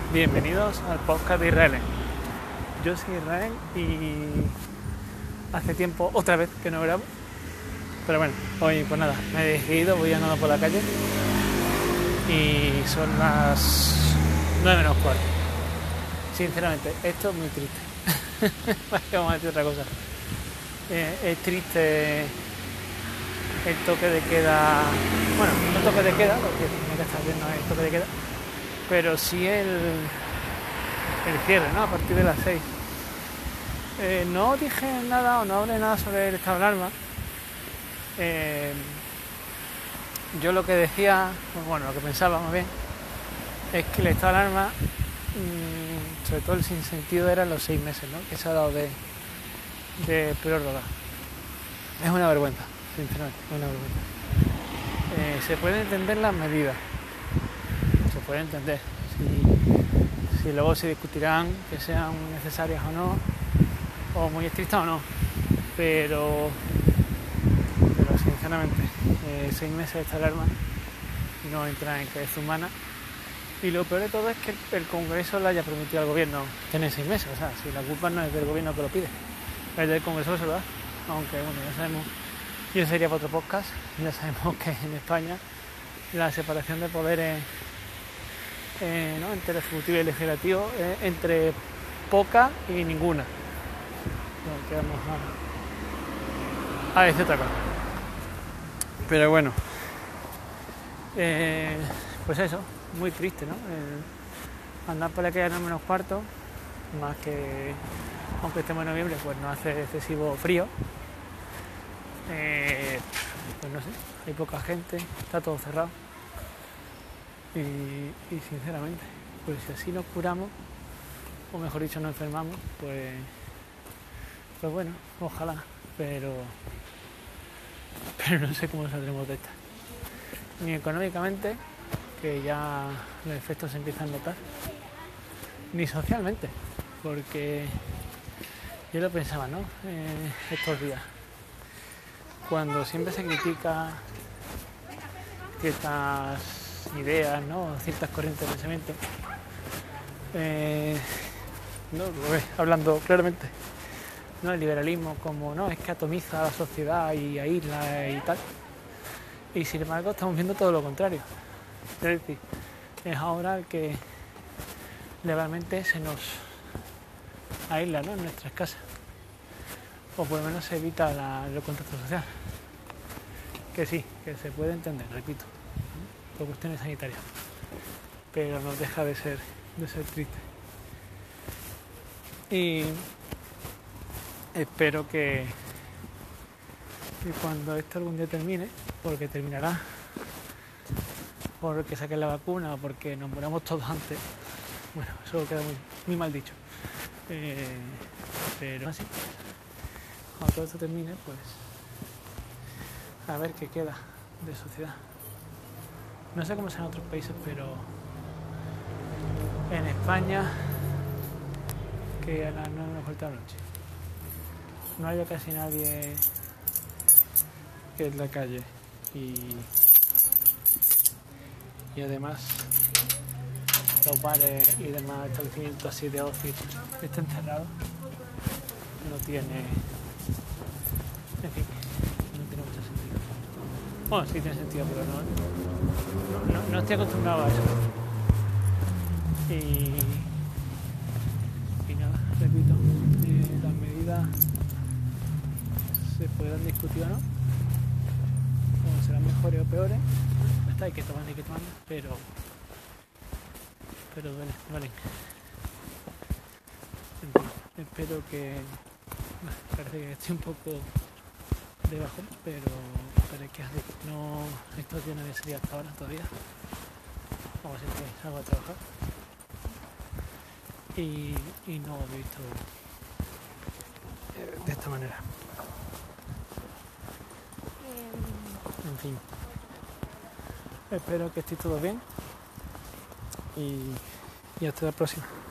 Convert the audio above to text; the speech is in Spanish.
Bienvenidos al podcast de Israel. Yo soy Israel y hace tiempo otra vez que no grabo. Pero bueno, hoy pues nada, me he decidido, voy andando por la calle y son las 9 menos cuarto. Sinceramente, esto es muy triste. Vamos a decir otra cosa. Es triste el toque de queda. Bueno, no toque de queda, porque tiene que estar bien, no es toque de queda, pero sí el cierre, ¿no? A partir de las 6. No dije nada o no hablé nada sobre el estado de alarma. Yo lo que decía, bueno, lo que pensaba más bien, es que el estado de alarma, sobre todo el sinsentido, eran los 6 meses, ¿no? Que se ha dado de prórroga. Es una vergüenza, sinceramente, es una vergüenza. Se pueden entender las medidas, se puede entender. Si luego se discutirán que sean necesarias o no, o muy estrictas o no, pero sinceramente 6 meses de esta alarma no entra en cabeza humana, y lo peor de todo es que el Congreso le haya permitido al gobierno tener 6 meses. O sea, si la culpa no es del gobierno que lo pide, es del Congreso que se lo da. Aunque bueno, ya sabemos, y eso sería para otro podcast, ya sabemos que en España la separación de poderes, ¿no? Entre el ejecutivo y el legislativo, entre poca y ninguna. No, quedamos a decir otra cosa. Pero bueno, pues eso, muy triste, ¿no? Andar por la calle a menos cuarto, más que, aunque estemos en noviembre, pues no hace excesivo frío. Pues no sé, hay poca gente, está todo cerrado. Y sinceramente, pues si así nos curamos, o mejor dicho nos enfermamos, pues bueno, ojalá, pero no sé cómo saldremos de esta. Ni económicamente, que ya los efectos se empiezan a notar, ni socialmente, porque yo lo pensaba, ¿no? Estos días, cuando siempre se critica ciertas ideas, ¿no? Ciertas corrientes de pensamiento, no, hablando claramente, ¿no? El liberalismo como, no, es que atomiza a la sociedad y aísla y tal, y sin embargo estamos viendo todo lo contrario. Es decir, es ahora el que legalmente se nos aísla, ¿no? En nuestras casas, o por lo menos se evita el contacto social, que sí, que se puede entender, repito, por cuestiones sanitarias, pero no deja de ser triste. Y espero que cuando esto algún día termine, porque terminará, porque saquen la vacuna o porque nos muramos todos antes, bueno, eso queda muy mal dicho, pero así, cuando todo esto termine, pues a ver qué queda de sociedad. No sé cómo será en otros países, pero en España, que a las 9 de la noche no haya casi nadie en la calle, y además los bares y demás establecimientos así de ocio estén cerrados, no tiene, en fin, no tiene mucho sentido. Bueno, sí tiene sentido, pero no estoy acostumbrado a eso. Y nada, repito, las medidas se podrán discutir o no, o serán mejores o peores, hay que tomar, pero duelen. Espero que, parece que estoy un poco de bajón, pero hay que hacer. No, estos días no había salido hasta ahora todavía, como siempre salgo a trabajar, y no lo he visto de esta manera. En fin, espero que esté todo bien y hasta la próxima.